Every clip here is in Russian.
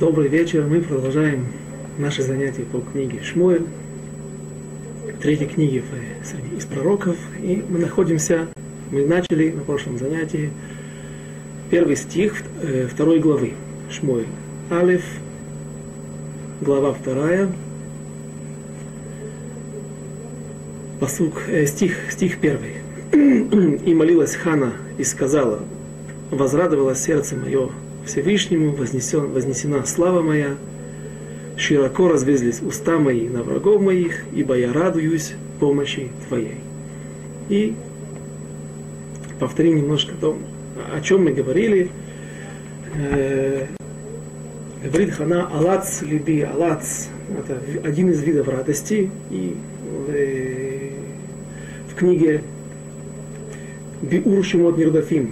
Добрый вечер. Мы продолжаем наши занятия по книге Шмуэль, третьей книге из пророков. И мы начали на прошлом занятии первый стих второй главы Шмуэль. Алеф, глава 2, стих 1. «И молилась Хана, и сказала: возрадовалось сердце мое Всевышнему, вознесена слава моя, широко развезлись уста мои на врагов моих, ибо я радуюсь помощи Твоей». И повторим немножко то, о чем мы говорили. Говорит Хана: «Алац либи, алац». Это один из видов радости. И в книге Биур Шимот Нирдафим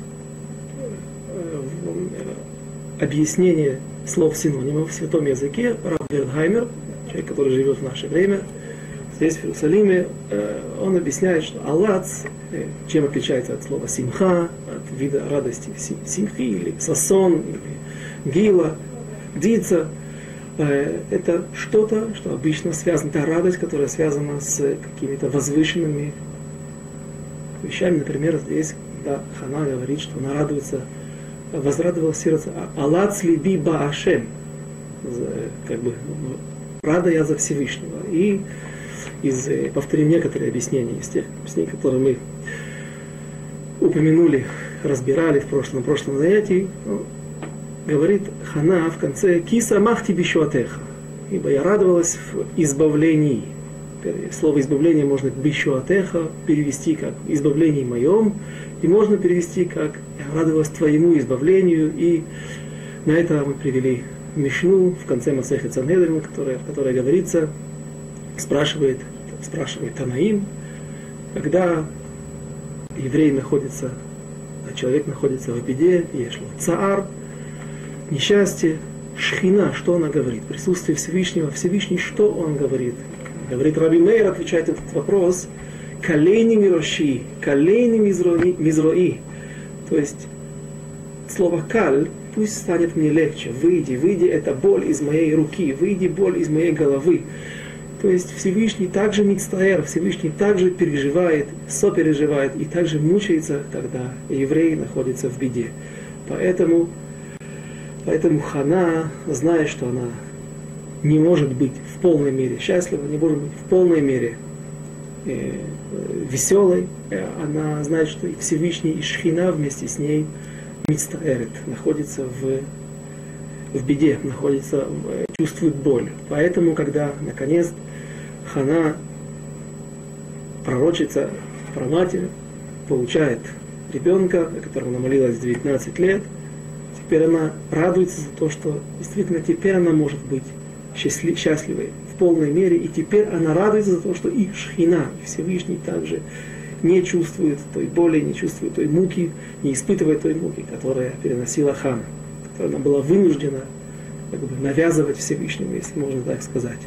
объяснение слов-синонимов в святом языке Рав Вердхаймер, человек, который живет в наше время, здесь, в Иерусалиме, он объясняет, что алац, чем отличается от слова симха, от вида радости симхи, или сасон, или гила, дица, это что-то, что обычно связано, это радость, которая связана с какими-то возвышенными вещами. Например, здесь, когда Хана говорит, что она радуется, возрадовалось сердце, алац либи ба Ашем, как бы рада я за Всевышнего. И повторим некоторые объяснения из тех объяснений, которые мы упомянули, разбирали в прошлом занятии. Говорит Хана в конце: «Киса махти бишуатеха», ибо я радовалась в избавлении. Слово избавление можно бишуатеха перевести как избавление моем, и можно перевести как я радовалась твоему избавлению. И на это мы привели Мишну в конце Масехет Сангедрин, которая говорится, спрашивает Танаим, когда еврей находится, человек находится в беде, ешло цаар, несчастье, шхина, что она говорит? Присутствие Всевышнего. Всевышний, что он говорит? Говорит Раби Мейр, отвечает на этот вопрос: «Калейни мироши, калейни мизрои». То есть слово «каль» пусть станет мне легче. Выйди, это боль из моей руки, выйди, боль из моей головы. То есть Всевышний также мицтаэр, Всевышний также переживает, сопереживает и также мучается, когда еврей находится в беде. Поэтому Хана, зная, что она не может быть в полной мере счастлива, не может быть в полной мере веселой, она знает, что и Всевышний, и Шхина вместе с ней мицтаэрет, находится в беде, чувствует боль. Поэтому, когда, наконец, Хана, пророчица, праматерь, получает ребенка, о котором она молилась 19 лет, теперь она радуется за то, что действительно теперь она может быть счастливой в полной мере, и теперь она радуется за то, что и Шхина, и Всевышний также не чувствует той боли, не чувствует той муки, не испытывает той муки, которая переносила Хана, которую она была вынуждена как бы навязывать Всевышнему, если можно так сказать.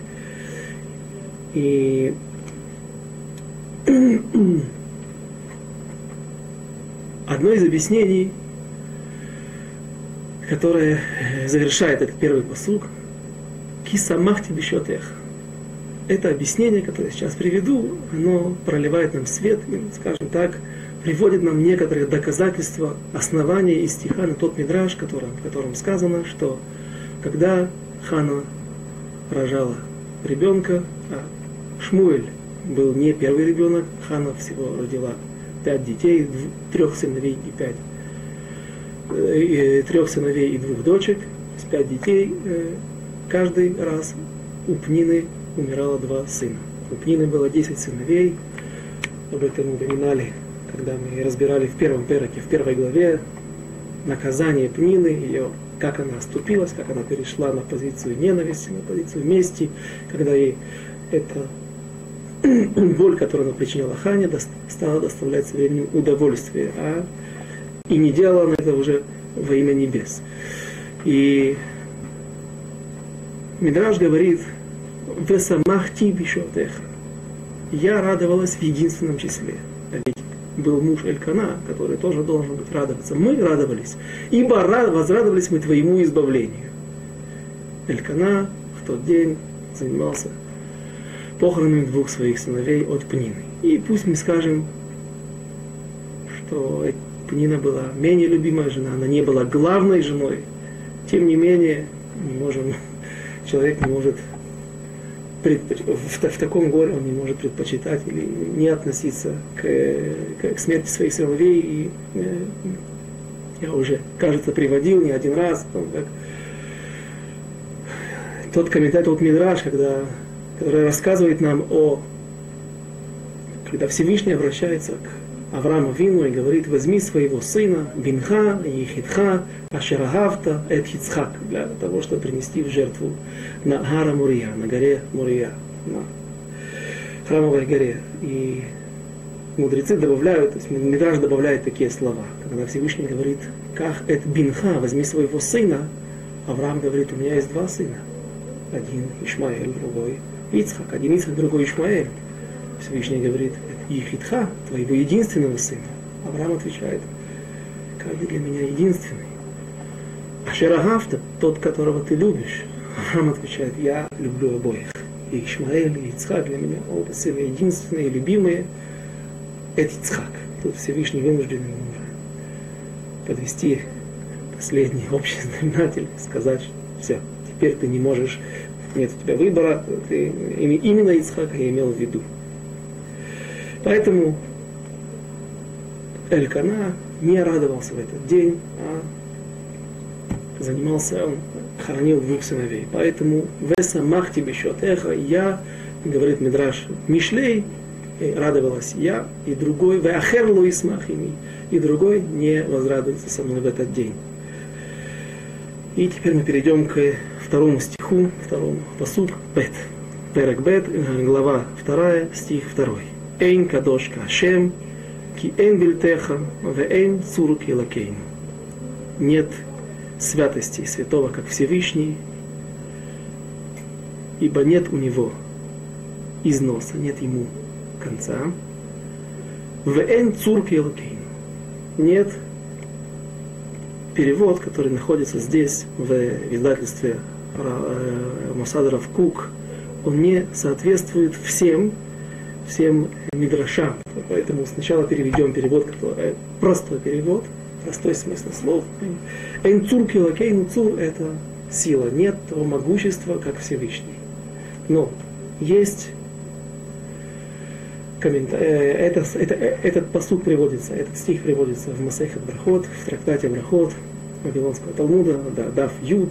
И одно из объяснений, которое завершает этот первый пасук, «Киса махти бишуатеха». Это объяснение, которое я сейчас приведу, оно проливает нам свет, скажем так, приводит нам некоторые доказательства, основания из стиха на тот мидраш, в котором сказано, что когда Хана рожала ребенка, а Шмуэль был не первый ребенок, Хана всего родила 5 детей, 3 сыновей и 2 дочек, с 5 детей. Каждый раз у Пнины умирало 2 сына. У Пнины было 10 сыновей. Об этом упоминали, когда мы разбирали в первом пероке, в первой главе, наказание Пнины, ее, как она оступилась, как она перешла на позицию ненависти, на позицию мести, когда ей эта боль, которую она причиняла Хане, стала доставлять со временем удовольствие, и не делала она это уже во имя небес. И Мидраш говорит: «Весамахти бишуатеха». Я радовалась в единственном числе. Ведь был муж Элькана, который тоже должен быть радоваться. Мы радовались, ибо возрадовались мы твоему избавлению. Элькана в тот день занимался похоронами двух своих сыновей от Пнины. И пусть мы скажем, что Пнина была менее любимая жена, она не была главной женой. Тем не менее, человек не может в таком горе он не может предпочитать или не относиться к смерти своих сыновей. И я уже, кажется, приводил не один раз, тот комментарий, тот мидраш, который рассказывает нам когда Всевышний обращается к Аврааму Авину и говорит: возьми своего сына, бинха, ехидха, ашерагавта, эт Ицхак, для того, чтобы принести в жертву на Гара Мурия, на горе Мурия, на храмовой горе. И мудрецы добавляют, то есть Мидраш добавляет такие слова. Когда Всевышний говорит: как эт бинха, возьми своего сына, Авраам говорит: у меня есть два сына. Один Ишмаэль, другой Ицхак. Один Ицхак, другой Ишмаэль. Всевышний говорит: Ехидха, твоего единственного сына. Авраам отвечает: каждый для меня единственный. Ашерагавта, тот, которого ты любишь. Авраам отвечает: я люблю обоих. И Ишмаэль, и Ицхак для меня оба сына единственные, любимые. Это Ицхак. Тут Всевышний вынужден ему уже подвести последний общий знаменатель, сказать: все, теперь ты не можешь, нет у тебя выбора, ты именно Ицхака я имел в виду. Поэтому Элькана не радовался в этот день, а занимался, он хоронил двух сыновей. Поэтому «Веса махти бишотеха» я, говорит Мидраш Мишлей, радовалась я, и другой «Веахер ло исмахими», и другой не возрадуется со мной в этот день. И теперь мы перейдем к второму стиху, второму пасук, Бет. Перек Бет, глава 2, стих 2. Эйн кадош кашем, ки эйн бильтеха, ве эйн цурук елакейн. Нет святости святого, как Всевышний, ибо нет у него износа, нет ему конца. Ве эйн цурук елакейн. Нет перевод, который находится здесь, в издательстве Мосад Рав Кук, он не соответствует всем мидрашам. Поэтому сначала переведем перевод, который простой перевод, простой смысл слов. Эйн цур килакейн, цур — это сила, нет того могущества, как Всевышний. Но есть этот пасук приводится, этот стих приводится в Масехет Брахот, в трактате Брахот Вавилонского Талмуда, Даф Юд,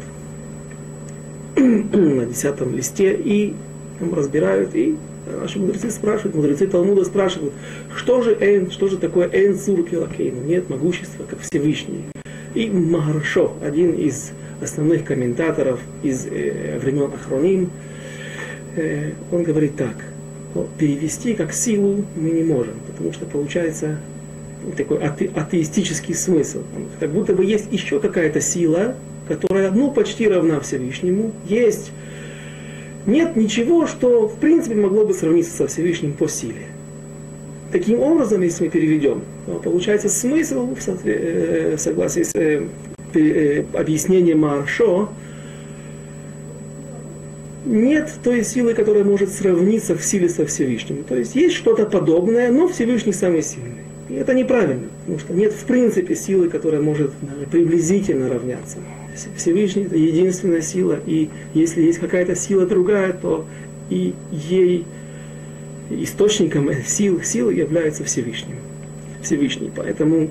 на 10 листе, и там разбирают, и наши мудрецы спрашивают, мудрецы Талмуда спрашивают, что же такое эйн цур килакейн, нет могущества, как Всевышний. И Магаршо, один из основных комментаторов из времен Ахроним, он говорит так: перевести как силу мы не можем, потому что получается такой атеистический смысл. Как будто бы есть еще какая-то сила, которая почти равна Всевышнему. Нет ничего, что в принципе могло бы сравниться со Всевышним по силе. Таким образом, если мы переведем, получается смысл в согласии с объяснением Маршо, нет той силы, которая может сравниться в силе со Всевышним. То есть есть что-то подобное, но Всевышний самый сильный. И это неправильно, потому что нет в принципе силы, которая может приблизительно равняться. Всевышний — это единственная сила, и если есть какая-то сила другая, то и ей источником силы является Всевышний. Поэтому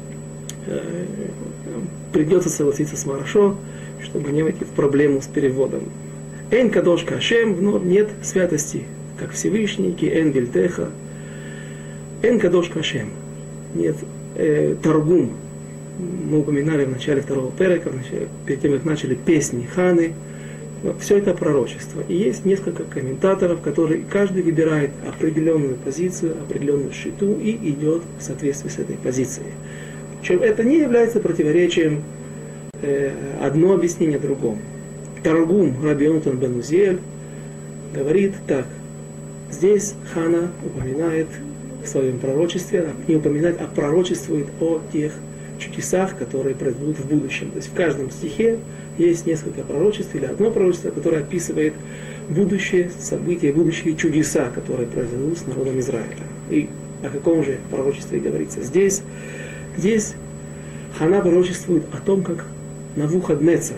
придется согласиться с Маршо, чтобы не войти в проблему с переводом. Эйн кадош кашем, вновь нет святости, как Всевышний, ки эйн бильтеха. Эйн кадош кашем. Нет таргум. Мы упоминали в начале второго перека, перед тем, как начали песни Ханы. Все это пророчество. И есть несколько комментаторов, которые каждый выбирает определенную позицию, определенную шиту и идет в соответствии с этой позицией. Причем это не является противоречием одно объяснение другому. Таргум Раби Йонатан бен Узиэль говорит так: здесь Хана упоминает в своем пророчестве, не упоминает, а пророчествует о тех чудесах, которые произойдут в будущем. То есть в каждом стихе есть несколько пророчеств, или одно пророчество, которое описывает будущее события, будущие чудеса, которые произойдут с народом Израиля. И о каком же пророчестве говорится здесь? Здесь Хана пророчествует о том, как Навуходнецар,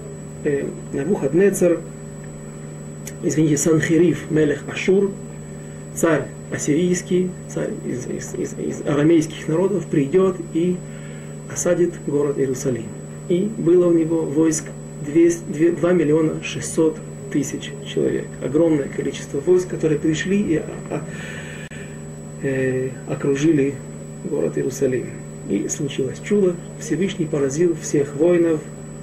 Санхерив, Мелех Ашур, царь ассирийский, царь из арамейских народов, придет и осадит город Иерусалим. И было у него войск 2 миллиона 600 тысяч человек. Огромное количество войск, которые пришли и окружили город Иерусалим. И случилось чудо. Всевышний поразил всех воинов.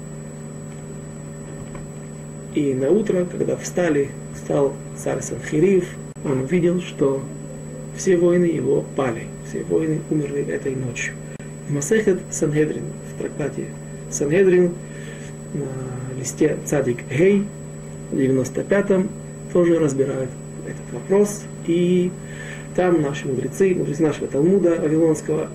И на утро, когда встал царь Санхерив, он увидел, что все воины его пали. Все воины умерли этой ночью. В Масехет Сангедрин, в трактате Сангедрин, на листе Цадик Гей, в 95-м, тоже разбирают этот вопрос. И там наши мудрецы нашего Талмуда Вавилонского,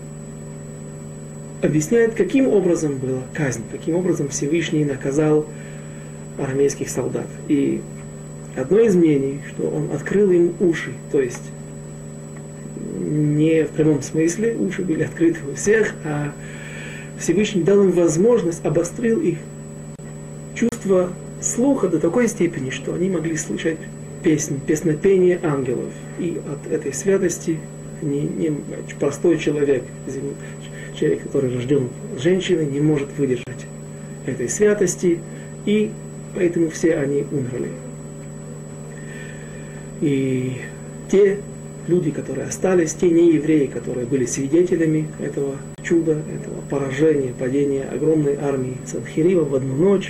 объясняют, каким образом была казнь, каким образом Всевышний наказал арамейских солдат. И одно из мнений, что он открыл им уши, то есть не в прямом смысле, уши были открыты у всех, а Всевышний дал им возможность, обострил их чувство слуха до такой степени, что они могли слышать песнопение ангелов. И от этой святости простой человек, который рожден женщиной, не может выдержать этой святости, и поэтому все они умерли. И те люди, которые остались, те неевреи, которые были свидетелями этого чуда, этого поражения, падения огромной армии Санхерива в одну ночь,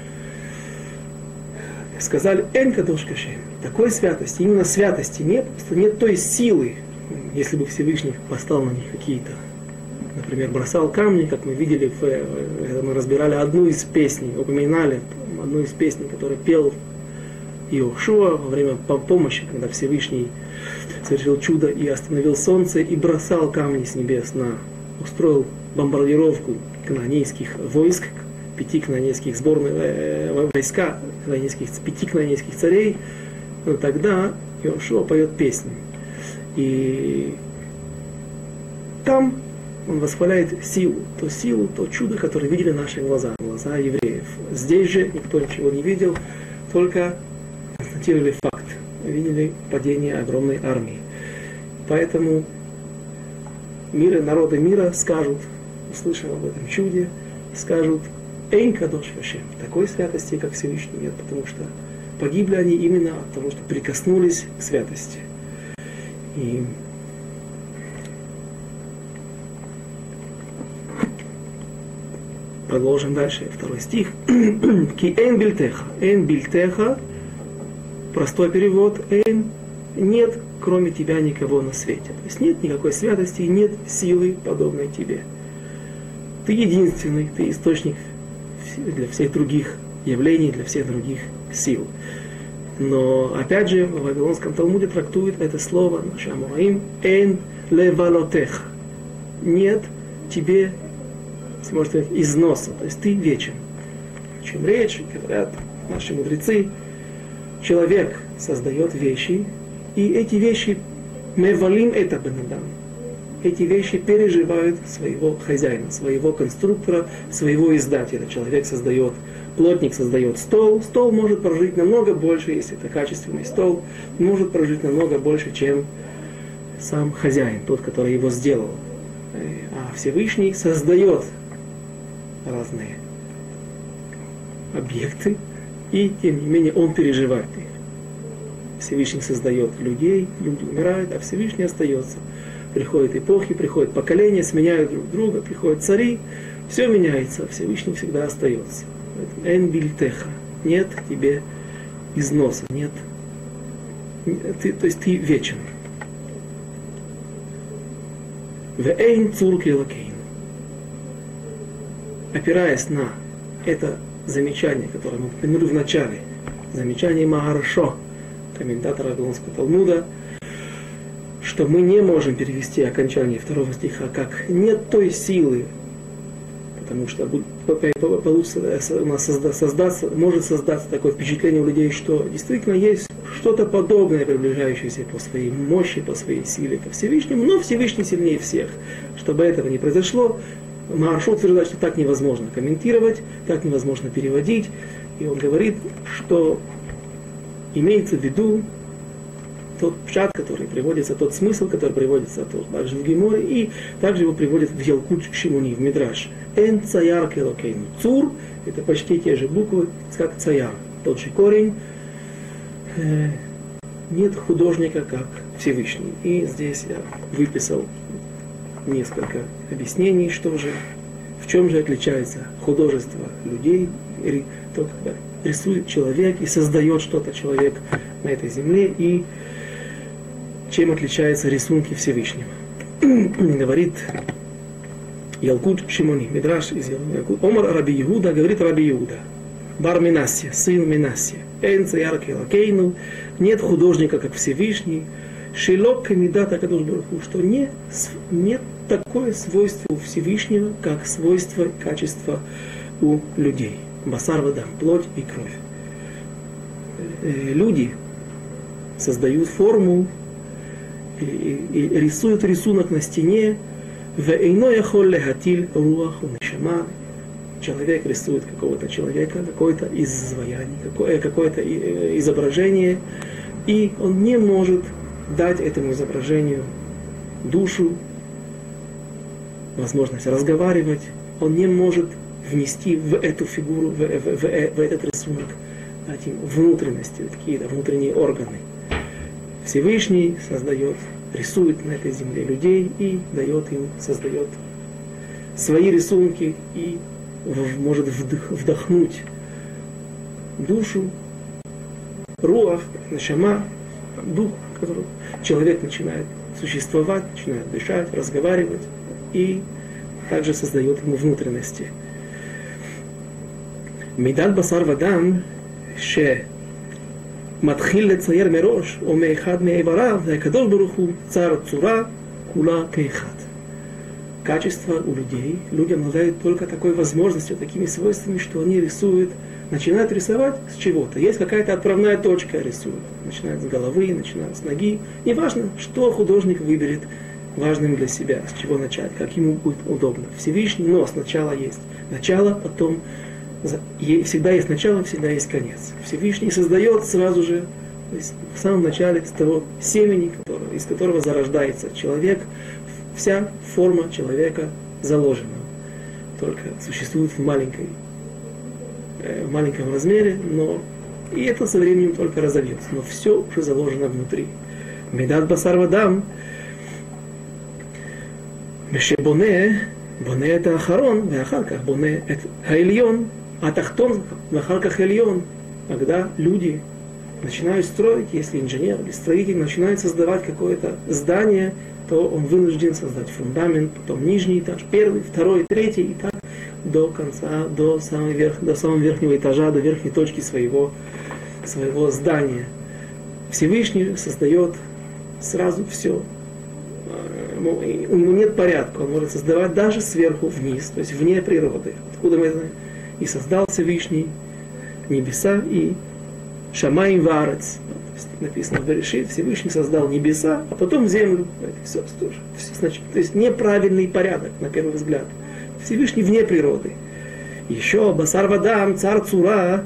сказали: «Эн кадош кашем». Такой святости, именно святости нет, просто нет той силы, если бы Всевышний поставил на них какие-то, например, бросал камни, как мы видели, мы разбирали одну из песней, упоминали одну из песней, которую пел Иошуа во время помощи, когда Всевышний совершил чудо и остановил солнце, и бросал камни с небес, устроил бомбардировку кнаанейских войск, 5 кнаанейских войска, 5 кнаанейских царей. Но тогда Иошуа поет песню. И там он восхваляет силу, то чудо, которое видели наши глаза евреев. Здесь же никто ничего не видел, только констатировали факт. Видели падение огромной армии. Поэтому народы мира скажут, услышав об этом чуде, скажут: «Эйн кадош кашем». Такой святости, как Всевышний, нет, потому что погибли они именно от того, что прикоснулись к святости. И продолжим дальше, 2 стих. «Ки эйн бильтеха». «Эйн бильтеха», простой перевод, «эйн», нет кроме тебя никого на свете. То есть нет никакой святости, нет силы, подобной тебе. Ты единственный, ты источник для всех других явлений, для всех других сил. Но опять же в Вавилонском Талмуде трактует это слово Шамураим «эйн левалотеха». Нет тебе, если можно сказать, износа, то есть ты вечен. О чем речь, говорят наши мудрецы, человек создает вещи, и эти вещи мевалим это бенадам. Эти вещи переживают своего хозяина, своего конструктора, своего издателя. Плотник создает стол. Стол может прожить намного больше, если это качественный стол, может прожить намного больше, чем сам хозяин, тот, который его сделал. А Всевышний создает разные объекты, и тем не менее он переживает их. Всевышний создает людей, люди умирают, а Всевышний остается. Приходят эпохи, приходят поколения, сменяют друг друга, приходят цари, все меняется, а Всевышний всегда остается. Эн бильтеха, нет тебе износа, нет, то есть ты вечен. В эйн цурк элокейн. Опираясь на это замечание, которое мы упомянули в начале, замечание Магаршо, комментатора Вавилонского Талмуда, что мы не можем перевести окончание 2 стиха как «нет той силы», потому что у нас может создаться такое впечатление у людей, что действительно есть что-то подобное, приближающееся по своей мощи, по своей силе ко Всевышнему, но Всевышний сильнее всех. Чтобы этого не произошло, Мааршал утверждает, что так невозможно комментировать, так невозможно переводить. И он говорит, что имеется в виду тот пшат, который приводится, тот смысл, который приводится также в Геморе, и также его приводят в Ялкут Шимони, в Мидраш. Эн цаяр келокейну. Цур — это почти те же буквы, как цаяр, тот же корень. Нет художника, как Всевышний. И здесь я выписал несколько объяснений, в чем же отличается художество людей, то, когда рисует человек и создает что-то человек на этой земле, и чем отличаются рисунки Всевышнего. Говорит Ялкут Шимони, Мидраш из Ялкут. Омар Раби Иуда, говорит Раби Иуда, бар Минасия, сын Минасия, эн цаяр келокейну, нет художника, как Всевышний, шилок камидата кадош барух ху, что нет такое свойство у Всевышнего, как свойство и качество у людей. Басар вадам, плоть и кровь. Люди создают форму и рисуют рисунок на стене. Человек рисует какого-то человека, какое-то изваяние, какое-то изображение, и он не может дать этому изображению душу, возможность разговаривать, он не может внести в эту фигуру, в этот рисунок, дать им внутренности, какие-то внутренние органы. Всевышний создает, рисует на этой земле людей и дает им, создает свои рисунки и может вдохнуть душу, руах, нашама, дух, который человек начинает существовать, начинает дышать, разговаривать, и также создает ему внутренности. Мидат басар вадам, ше מתחיל לצייר מראש, או מאחד מאיבריו, והקדוש ברוך הוא צר צורה, כולה כאחד. Качество у людей, люди обладают только такой возможностью, такими свойствами, что они рисуют, начинают рисовать с чего-то. Есть какая-то отправная точка, рисуют. Начинают с головы, начинают с ноги. Неважно, что художник выберет важным для себя, с чего начать, как ему будет удобно. Всевышний, но сначала есть начало, потом всегда есть начало, всегда есть конец. Всевышний создает сразу же, то есть в самом начале, с того семени, из которого зарождается человек, вся форма человека заложена. Только существует в маленьком размере, но и это со временем только разовьется. Но все уже заложено внутри. Медат басар вадам, мешебоне, боне это ахарон, веахарках боне это хаильон, атахтон, веахарках хаильон. Когда люди начинают строить, если инженер или строитель начинает создавать какое-то здание, то он вынужден создать фундамент, потом нижний этаж, первый, второй, третий, и так до конца, до самого верхнего этажа, до верхней точки своего здания. Всевышний создает сразу все. У него нет порядка, он может создавать даже сверху вниз, то есть вне природы. Откуда мы знаем? И создал Всевышний небеса и шамаим ваарец. Написано в Берешит, Всевышний создал небеса, а потом землю. Все, значит, то есть неправильный порядок, на первый взгляд. Всевышний вне природы. Еще басар вадам, цар цура,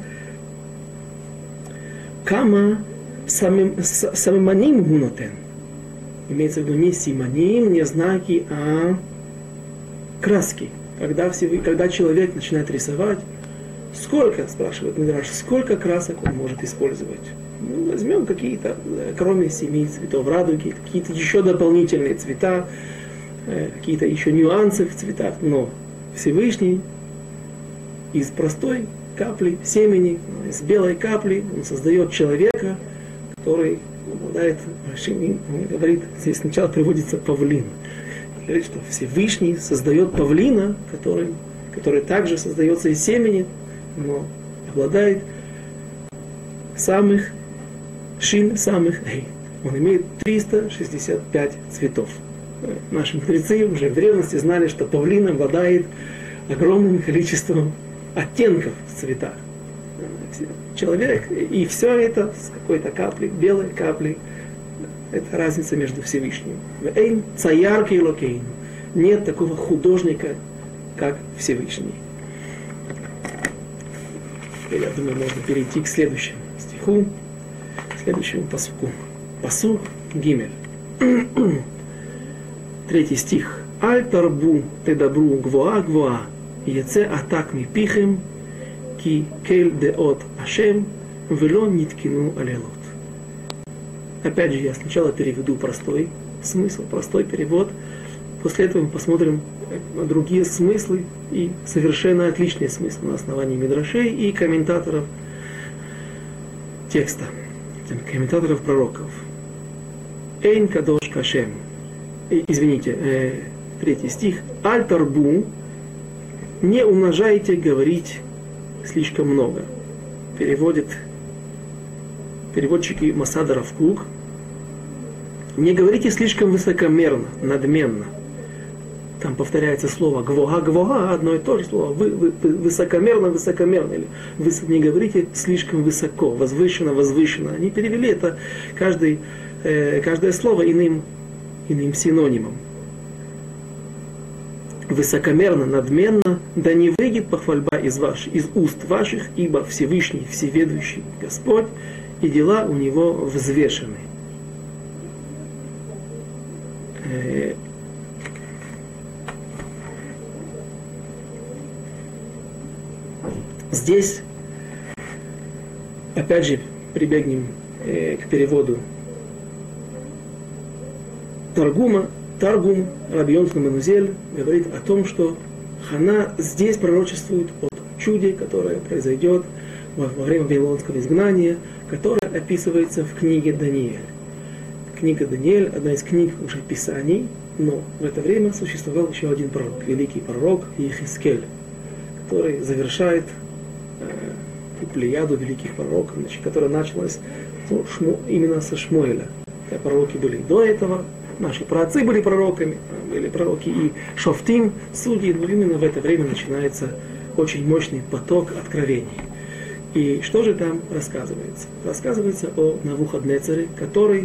кама самиманим гунотен. Имеется в виду не симаним, не знаки, а краски. Когда человек начинает рисовать, сколько, спрашивает Мидраш, сколько красок он может использовать? Ну, возьмем какие-то, кроме 7 цветов радуги, какие-то еще дополнительные цвета, какие-то еще нюансы в цветах, но Всевышний из простой капли семени, из белой капли, он создает человека, который обладает большим, он говорит, здесь сначала приводится павлин. Он говорит, что Всевышний создает павлина, который также создается из семени, но обладает самых он имеет 365 цветов. Наши мудрецы уже в древности знали, что павлин обладает огромным количеством оттенков в цветах. Человек, и все это с какой-то каплей, белой каплей, это разница между Всевышним. Эйн цаяр кейлокейну. Нет такого художника, как Всевышний. Я думаю, можно перейти к следующему стиху, к следующему пасуку. Пасук Гимель. 3 стих. Аль тарбу тедабру гвоа гвоа, яце атак мипихем, ки кель деот ашем, вело ниткину алелот. Опять же, я сначала переведу простой смысл, простой перевод. После этого мы посмотрим другие смыслы и совершенно отличные смыслы на основании мидрашей и комментаторов текста, комментаторов пророков. Эйн кадош кашем. Извините, 3 стих. Аль тарбу, не умножайте говорить слишком много. Переводят переводчики Масада Рав Кук. Не говорите слишком высокомерно, надменно. Там повторяется слово гвоа, одно и то же слово. Вы высокомерно. Или не говорите слишком высоко, возвышенно. Они перевели это каждое слово иным синонимом. Высокомерно, надменно, да не выйдет похвальба из уст ваших, ибо Всевышний, Всеведущий Господь, и дела у него взвешены. Здесь, опять же, прибегнем к переводу Таргум Раби Йонатан бен Узель говорит о том, что Хана здесь пророчествует о чуде, которое произойдет во время вавилонского изгнания, которое описывается в книге Даниэль. Книга Даниэль – одна из книг уже Писаний, но в это время существовал еще один пророк, великий пророк Йехескель, который завершает плеяду великих пророков, которая началась именно со Шмуэля. Пророки были и до этого, наши праотцы были пророками, были пророки и Шофтим, судьи, но именно в это время начинается очень мощный поток откровений. И что же там рассказывается? Рассказывается о Навуходнецаре, который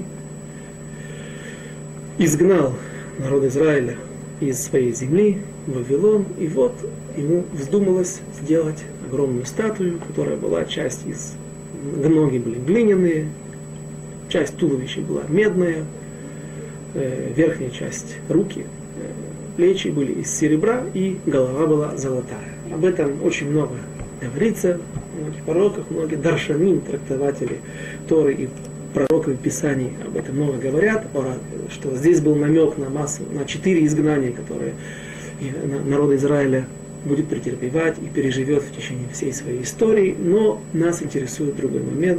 изгнал народ Израиля из своей земли в Вавилон, и вот ему вздумалось сделать огромную статую, которая была часть из... Ноги были глиняные, часть туловища была медная, верхняя часть руки, плечи были из серебра, и голова была золотая. Об этом очень много говорится в многих пророках, многие даршаним, трактователи Торы и пророков Писаний об этом много говорят, что здесь был намек на 4 изгнания, которые народ Израиля будет претерпевать и переживет в течение всей своей истории. Но нас интересует другой момент.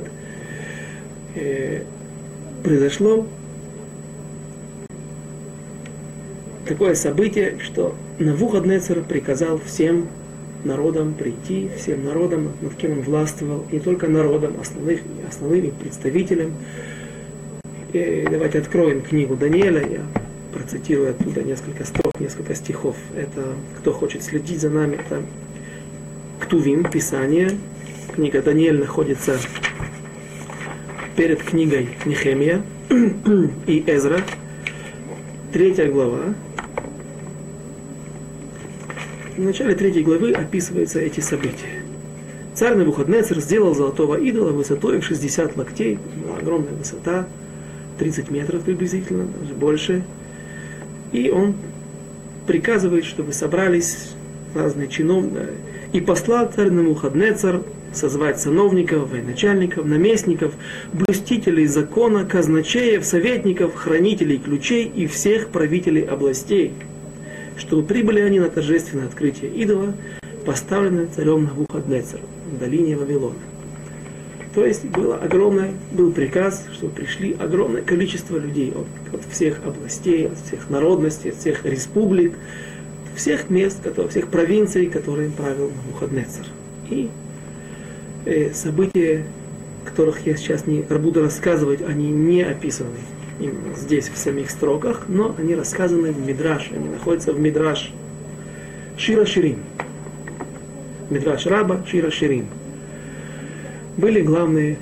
Произошло такое событие, что Навуходнецар приказал всем народам прийти, всем народам, над кем он властвовал, и не только народам, основным представителям. Давайте откроем книгу Даниэля, я процитирую оттуда несколько строк, несколько стихов. Это, кто хочет следить за нами, это Ктувим, Писание. Книга Даниэль находится перед книгой Нехемия и Эзра, 3 глава. В начале 3 главы описываются эти события. Царь Навуходнецар сделал золотого идола высотой в 60 локтей, огромная высота, 30 метров приблизительно, даже больше. И он приказывает, чтобы собрались разные чиновники. И послал царь Навуходнецар созвать сановников, военачальников, наместников, блюстителей закона, казначеев, советников, хранителей ключей и всех правителей областей, чтобы прибыли они на торжественное открытие идола, поставленное царем Навуходнецаром в долине Вавилона. То есть был приказ, чтобы пришли огромное количество людей от всех областей, от всех народностей, от всех республик, всех мест, всех провинций, которые правил Навуходнецар. И события, которых я сейчас не буду рассказывать, они не описаны именно здесь, в самих строках, но они рассказаны в Мидраш, они находятся в Мидраш Шира Ширим. Мидраш Раба, Шира Ширим. Были главные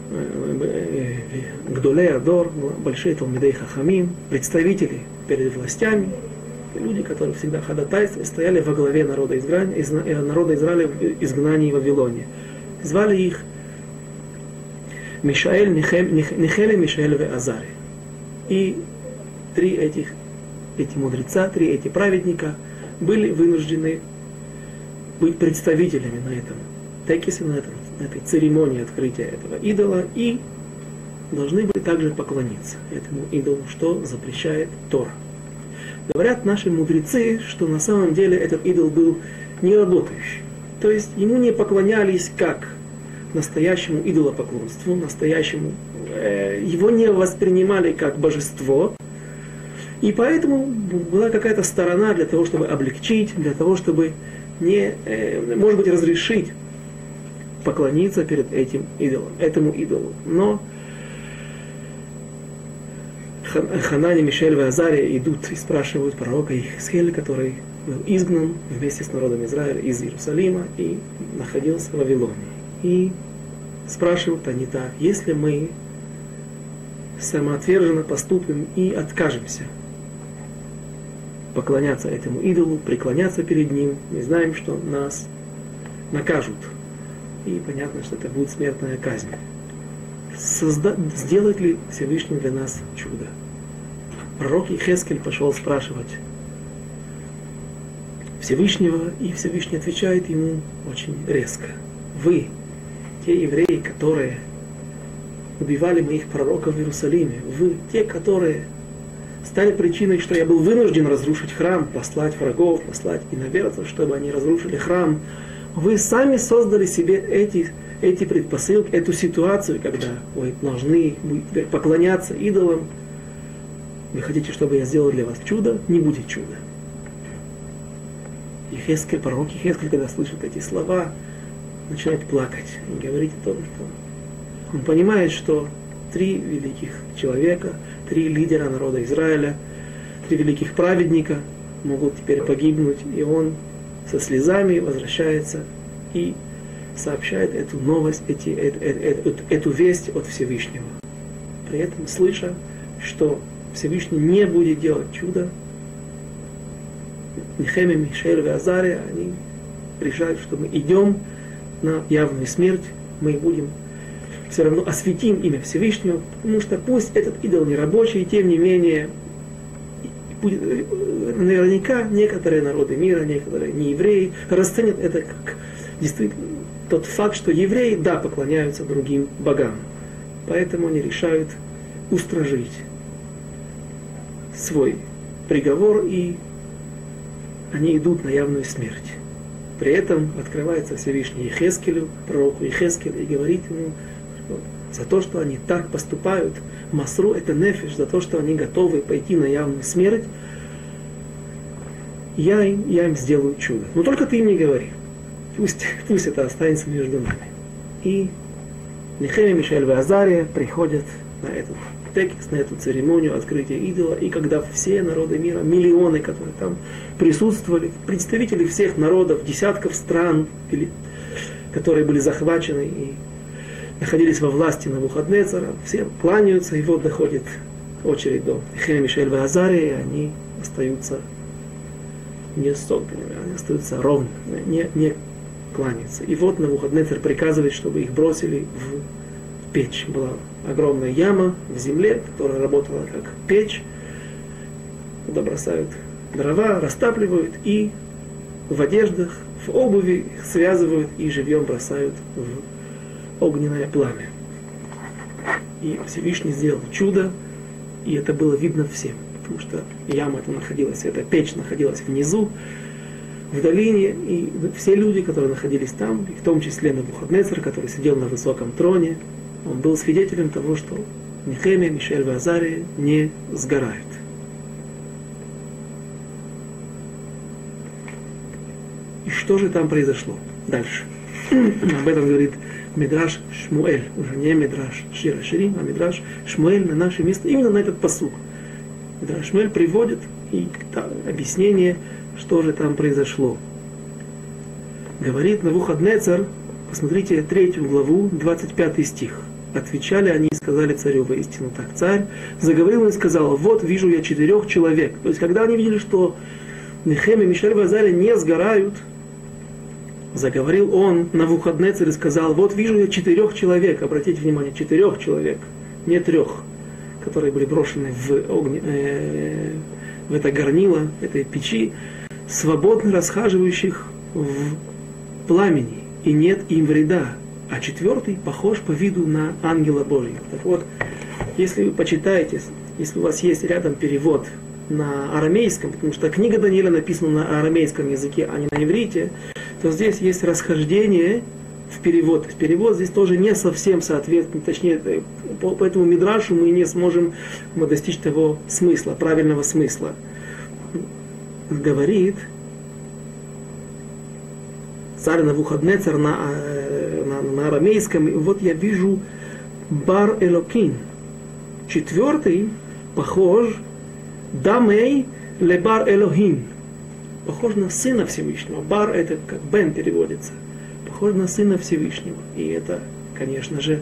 Гдолей Адор, большие Талмидей Хахамим, представители перед властями, люди, которые всегда ходатайствовали, стояли во главе народа Израиля в изгнании в Вавилоне. Звали их Мишаэль, Нехеле, Мишаэль и Азари. И эти мудреца, эти праведника были вынуждены быть представителями на этом текисе, на этой церемонии открытия этого идола, и должны были также поклониться этому идолу, что запрещает Тора. Говорят наши мудрецы, что на самом деле этот идол был не работающий. То есть ему не поклонялись как настоящему идолопоклонству, его не воспринимали как божество. И поэтому была какая-то сторона для того, чтобы облегчить, для того, чтобы может быть, разрешить поклониться перед этому идолу. Но Ханани, Мишель и Азария идут и спрашивают пророка Ихескеля, который был изгнан вместе с народом Израиля из Иерусалима и находился в Вавилоне. И спрашивают они так: если мы самоотверженно поступим и откажемся поклоняться этому идолу, преклоняться перед ним, мы знаем, что нас накажут. И понятно, что это будет смертная казнь. Сделает ли Всевышний для нас чудо? Пророк Ихескель пошел спрашивать Всевышнего, и Всевышний отвечает ему очень резко: вы, те евреи, которые убивали моих пророков в Иерусалиме, вы, те, которые стали причиной, что я был вынужден разрушить храм, послать врагов, послать иноверцев, чтобы они разрушили храм, вы сами создали себе эти предпосылки, эту ситуацию, когда вы должны поклоняться идолам. Вы хотите, чтобы я сделал для вас чудо? Не будет чуда. Пророк Ихескель, когда слышит эти слова, начинает плакать и говорить о том, что он понимает, что 3 великих человека, 3 лидера народа Израиля, 3 великих праведника могут теперь погибнуть, и он со слезами возвращается и сообщает эту новость, эту весть от Всевышнего. При этом слыша, что Всевышний не будет делать чудо, Нехемия, Мишаэль и Азария, они решают, что мы идем на явную смерть, мы будем все равно осветим имя Всевышнего, потому что пусть этот идол не рабочий, тем не менее, наверняка некоторые народы мира, некоторые неевреи расценят это как действительно тот факт, что евреи, да, поклоняются другим богам. Поэтому они решают устражить свой приговор, и они идут на явную смерть. При этом открывается Всевышний Ихескелю, пророку Ихескелю, и говорит ему, что за то, что они так поступают, масру это нефиш, за то, что они готовы пойти на явную смерть, я им сделаю чудо. Но только ты им не говори. Пусть это останется между нами. И Нехемия, Мишаэль и Азария приходят на этот текст, на эту церемонию открытия идола, и когда все народы мира, миллионы, которые там присутствовали, представители всех народов, десятков стран, которые были захвачены и находились во власти Навуходнецара, все кланяются, и вот доходит очередь до Нехемия, Мишаэль и Азария, и они остаются не согнанными, они остаются ровно, не кланяются. И вот Навуходнецар приказывает, чтобы их бросили в печь. Была огромная яма в земле, которая работала как печь, куда бросают дрова, растапливают, и в одеждах, в обуви их связывают и живьем бросают в огненное пламя. И Всевышний сделал чудо, и это было видно всем, потому что яма эта находилась, эта печь находилась внизу, в долине, и все люди, которые находились там, в том числе Навуходнецар, который сидел на высоком троне, он был свидетелем того, что Нехемия, Мишаэль и Азария не сгорают. И что же там произошло дальше? Об этом говорит Мидраш Шмуэль, уже не Мидраш Шира Ширим, а Мидраш Шмуэль на наше место, именно на этот пасук. Мидраш Шмуэль приводит и объяснение, что же там произошло. говорит Навуходнецар, посмотрите 3 главу, 25 стих. Отвечали они и сказали царю: воистину так. Царь заговорил и сказал: вот вижу я 4 человек. То есть, когда они видели, что Нехемия, Мишель и Азария не сгорают, заговорил он Навуходнецар и сказал: вот вижу я 4 человек. Обратите внимание, 4 человек, не 3, которые были брошены в это горнило, этой печи, свободно расхаживающих в пламени, и нет им вреда. А 4 похож по виду на ангела Божьего. Так вот, если вы почитаете, если у вас есть рядом перевод на арамейском, потому что книга Даниила написана на арамейском языке, а не на иврите, то здесь есть расхождение в перевод. То есть перевод здесь тоже не совсем соответствует, точнее, по этому мидрашу мы не сможем достичь того смысла, правильного смысла. Говорит царь Навуходнецар на арамейском: вот я вижу бар Элокин. 4 похож дамей ле бар Элохим. Похож на сына Всевышнего. Бар — это как Бен переводится. Похож на сына Всевышнего. И это, конечно же,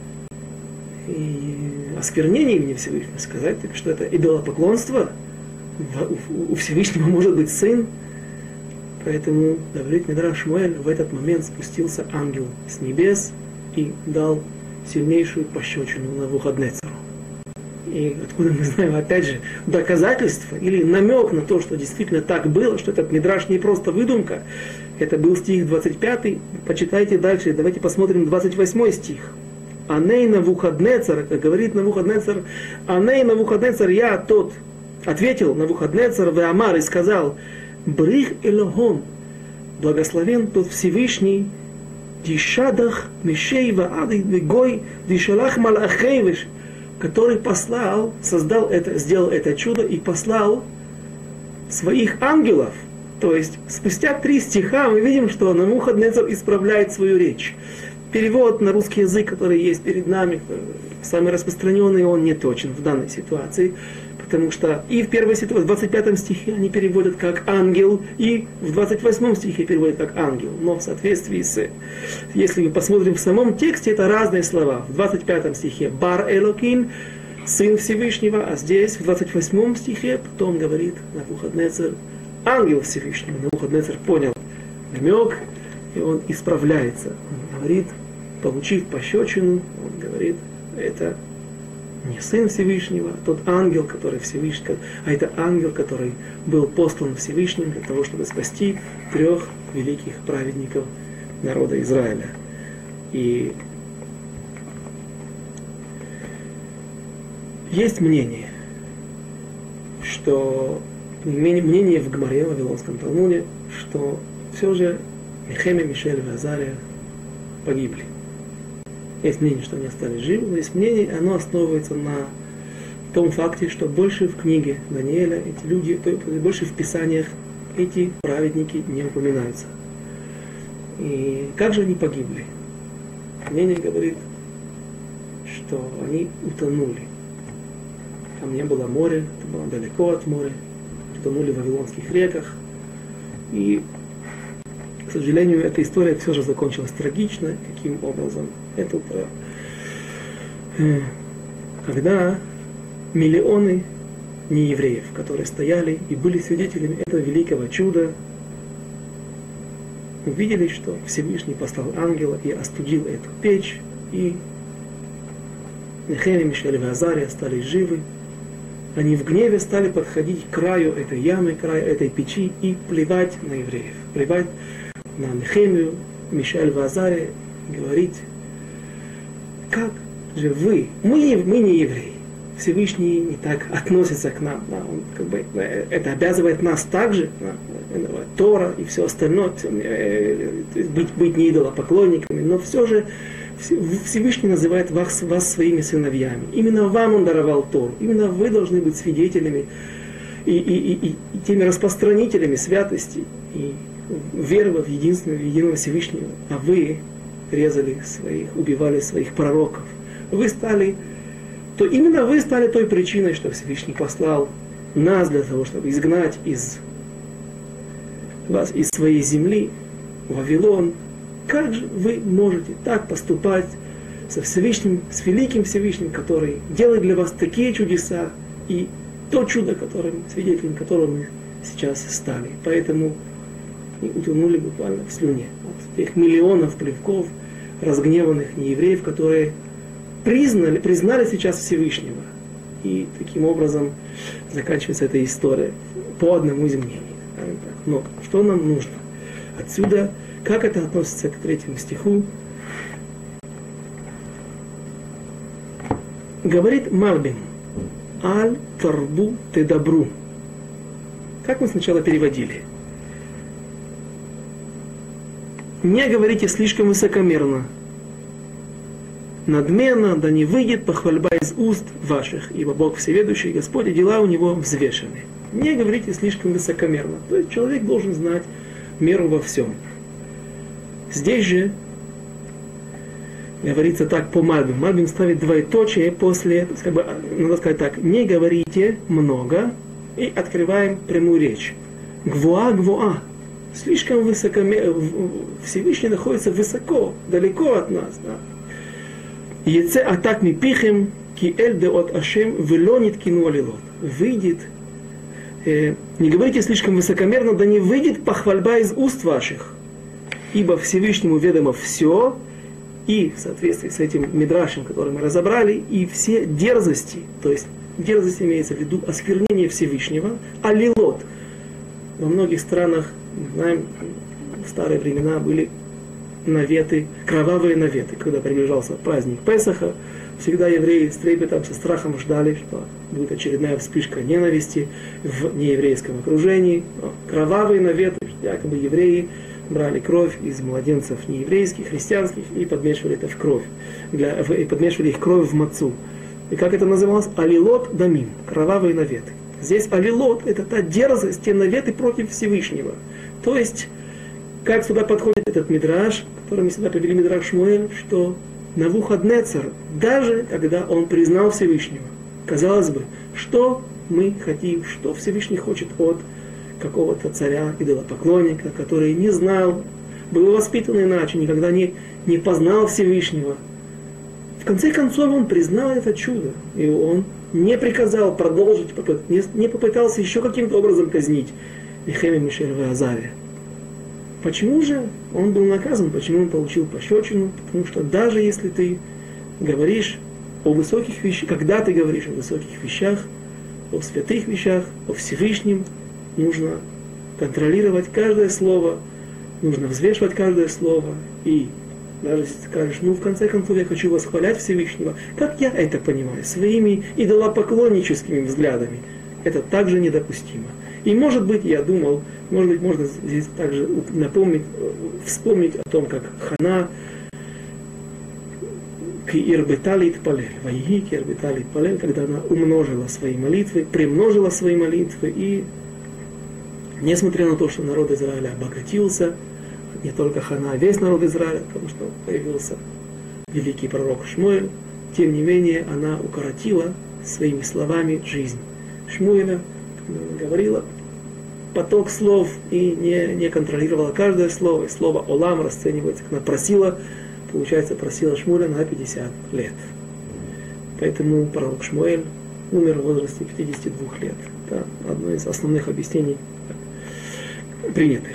и осквернение имени Всевышнего. Сказать, что это идолопоклонство. У Всевышнего может быть сын. Поэтому, говорит Мидраш Шмуэль, в этот момент спустился ангел с небес и дал сильнейшую пощечину Навуходнецару. И откуда мы знаем, опять же, доказательство или намек на то, что действительно так было, что этот Мидраш не просто выдумка. Это был стих 25, почитайте дальше, давайте посмотрим 28 стих. Аней Навуходнецар, как говорит Навуходнецар, Аней Навуходнецар, я тот, ответил Навуходнецар веамар и сказал: Брих Элохон, благословен тот Всевышний, Дишадах Мишей Ваады Вегой Дишалах Малахейвиш, который послал, создал это, сделал это чудо и послал своих ангелов. То есть спустя 3 стиха мы видим, что Навуходнецар исправляет свою речь. Перевод на русский язык, который есть перед нами, самый распространенный, он не точен в данной ситуации. Потому что и в первой ситуации, в 25 стихе они переводят как ангел, и в 28 стихе переводят как ангел. Но в соответствии с... Если мы посмотрим в самом тексте, это разные слова. В 25 стихе бар Элокин, сын Всевышнего, а здесь в 28 стихе потом говорит Навуходнецар, ангел Всевышнего. Навуходнецар понял намек, и он исправляется. Он говорит, получив пощечину, он говорит, это не сын Всевышнего, а тот ангел, который Всевышний, а это ангел, который был послан Всевышним для того, чтобы спасти 3 великих праведников народа Израиля. И есть мнение, что мнение в Гмаре, в Вавилонском Талмуде, что все же Нехемия, Мишель и Азария погибли. Есть мнение, что они остались живы, но есть мнение, оно основывается на том факте, что больше в книге Даниила эти люди, больше в Писаниях эти праведники не упоминаются. И как же они погибли? Мнение говорит, что они утонули. Там не было моря, это было далеко от моря, утонули в вавилонских реках. И, к сожалению, эта история все же закончилась трагично. Каким образом? Это когда миллионы неевреев, которые стояли и были свидетелями этого великого чуда, увидели, что Всевышний послал ангела и остудил эту печь, и Нехемия, Мишель и Азария остались живы. Они в гневе стали подходить к краю этой ямы, к краю этой печи и плевать на евреев, плевать на Нехемию, Мишель и Азария, и говорить: как же вы, мы не евреи, Всевышний не так относится к нам, да, он, как бы, это обязывает нас также, да, Тора и все остальное, быть не идолопоклонниками, но все же Всевышний называет вас своими сыновьями. Именно вам он даровал Тору, именно вы должны быть свидетелями и теми распространителями святости и веры в единого Всевышнего, а вы резали убивали своих пророков. Именно вы стали той причиной, что Всевышний послал нас для того, чтобы изгнать из вас, из своей земли, Вавилон. Как же вы можете так поступать со Всевышним, с великим Всевышним, который делает для вас такие чудеса, и то чудо, свидетелем которого мы сейчас стали. Поэтому и утонули буквально в слюне от тех миллионов плевков, разгневанных неевреев, которые признали сейчас Всевышнего. И таким образом заканчивается эта история по одному из мнений. Но что нам нужно? Отсюда, как это относится к 3 стиху, говорит Мальбим: «Аль тарбу тедабру». Как мы сначала переводили? Не говорите слишком высокомерно, надменно, да не выйдет похвальба из уст ваших, ибо Бог всеведущий, Господь, и дела у Него взвешены. Не говорите слишком высокомерно. То есть человек должен знать меру во всем. Здесь же говорится так по Мальбим. Мальбим ставит двоеточие после, надо сказать так: не говорите много, и открываем прямую речь. Гвуа. Слишком высокомерно. Всевышний находится высоко, далеко от нас. Еце атак ми пихем, ки эль деот ашем велонит кину алилот. Выйдет, не говорите слишком высокомерно, да не выйдет похвальба из уст ваших, ибо Всевышнему ведомо все, и в соответствии с этим мидрашем, который мы разобрали, и все дерзости, то есть дерзость имеется в виду осквернение Всевышнего, алилот. Во многих странах, знаем, в старые времена были наветы, кровавые наветы. Когда приближался праздник Песаха, всегда евреи с трепетом, со страхом ждали, что будет очередная вспышка ненависти в нееврейском окружении. Кровавые наветы, якобы евреи брали кровь из младенцев нееврейских, христианских, и подмешивали это в кровь. И подмешивали их кровь в мацу. И как это называлось? Алилот дамим, кровавые наветы. Здесь алилот — это та дерзость, те наветы против Всевышнего. То есть, как сюда подходит этот мидраш, который мы сюда привели, мидраш Шмуэль, что Навуходнецар, даже когда он признал Всевышнего, казалось бы, что мы хотим, что Всевышний хочет от какого-то царя, идолопоклонника, который не знал, был воспитан иначе, никогда не познал Всевышнего. В конце концов он признал это чудо, и он не приказал продолжить, не попытался еще каким-то образом казнить Нехемия, Мишель и Азария. Почему же он был наказан? Почему он получил пощечину? Потому что даже если ты говоришь о высоких вещах, когда ты говоришь о высоких вещах, о святых вещах, о Всевышнем, нужно контролировать каждое слово, нужно взвешивать каждое слово. И даже если ты скажешь: в конце концов я хочу восхвалять Всевышнего, как я это понимаю, своими идолопоклонническими взглядами, это также недопустимо. И может быть, я думал, может быть, можно здесь также вспомнить о том, как Хана киирбеталит палель, вайги киирбеталит палель, когда она умножила свои молитвы, примножила свои молитвы, и несмотря на то, что народ Израиля обогатился, не только Хана, а весь народ Израиля, потому что появился великий пророк Шмуэль, тем не менее она укоротила своими словами жизнь Шмуэля, говорила поток слов и не контролировала каждое слово. И слово «олам» расценивается, как она просила, получается, просила Шмуэля на 50 лет. Поэтому пророк Шмуэль умер в возрасте 52 лет. Это одно из основных объяснений принятых.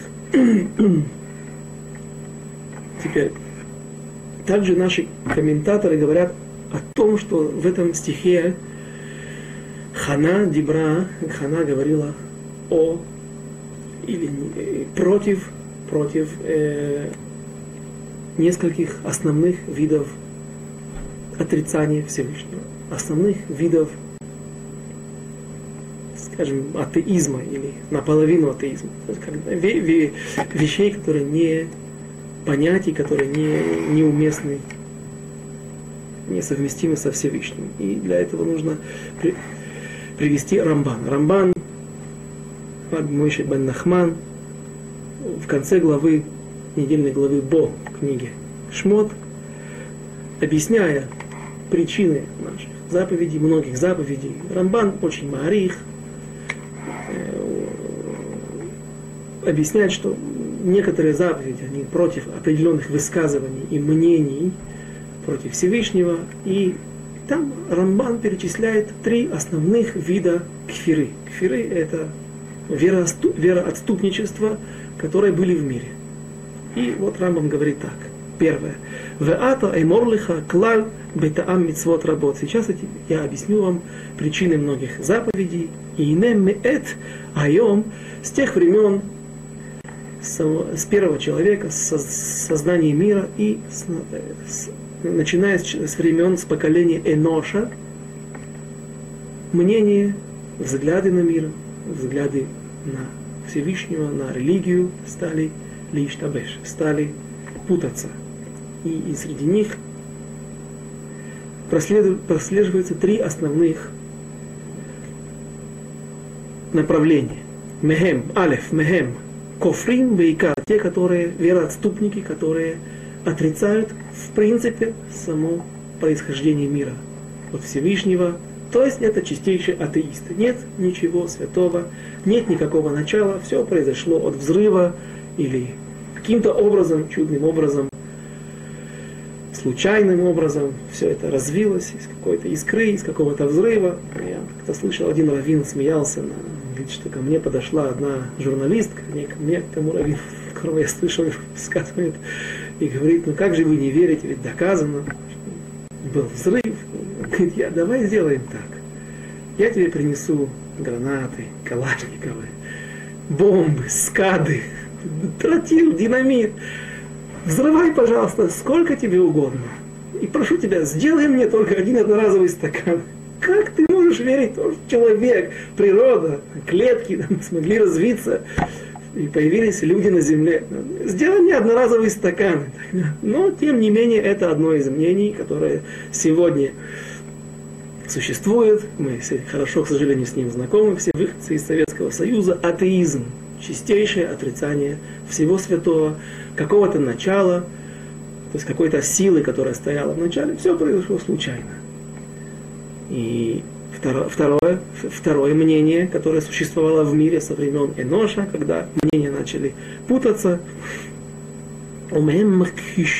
Теперь, также наши комментаторы говорят о том, что в этом стихе Хана говорила против нескольких основных видов отрицания Всевышнего, основных видов, скажем, атеизма или наполовину атеизма, вещей, которые понятий, которые неуместны, несовместимы со Всевышним. И для этого нужно привести Рамбан. Рамбан, Мойше бен Нахман, в конце недельной главы Бо книги Шмот, объясняя причины наших заповедей, многих заповедей, Рамбан очень маарих, объясняет, что некоторые заповеди, они против определенных высказываний и мнений, против Всевышнего. И там Рамбан перечисляет 3 основных вида кфиры. Кфиры — это вероотступничество, которые были в мире. И вот Рамбам говорит так. Первое. «Веата эйморлиха клаль бетаам мицвот работ». Сейчас я объясню вам причины многих заповедей. И не меэт айом, с тех времен, с первого человека, с создания мира и начиная с времен, с поколения Эноша, мнения, взгляды на мир, взгляды на Всевышнего, на религию стали лиштабеш, стали путаться. И среди них прослеживаются 3 основных направления. Мехем, алеф, мехем, кофрин, бейкар, те, которые вероотступники, которые отрицают в принципе само происхождение мира от Всевышнего. То есть это чистейшие атеисты. Нет ничего святого, нет никакого начала, все произошло от взрыва или каким-то образом, чудным образом, случайным образом все это развилось из какой-то искры, из какого-то взрыва. Я как-то слышал, один раввин смеялся, говорит, что ко мне подошла одна журналистка, к тому раввину, которого я слышал, рассказывает, и говорит, ну как же вы не верите, ведь доказано, был взрыв. Говорит, давай сделаем так. Я тебе принесу гранаты, калашниковы, бомбы, скады, тротил, динамит. Взрывай, пожалуйста, сколько тебе угодно. И прошу тебя, сделай мне только один одноразовый стакан. Как ты можешь верить, что человек, природа, клетки смогли развиться, и появились люди на земле? Сделай мне одноразовый стакан. Но, тем не менее, это одно из мнений, которое сегодня существует. Мы хорошо, к сожалению, с ним знакомы. Все выходцы из Советского Союза. Атеизм. Чистейшее отрицание всего святого, какого-то начала, то есть какой-то силы, которая стояла в начале. Все произошло случайно. И второе мнение, которое существовало в мире со времен Эноша, когда мнения начали путаться. Что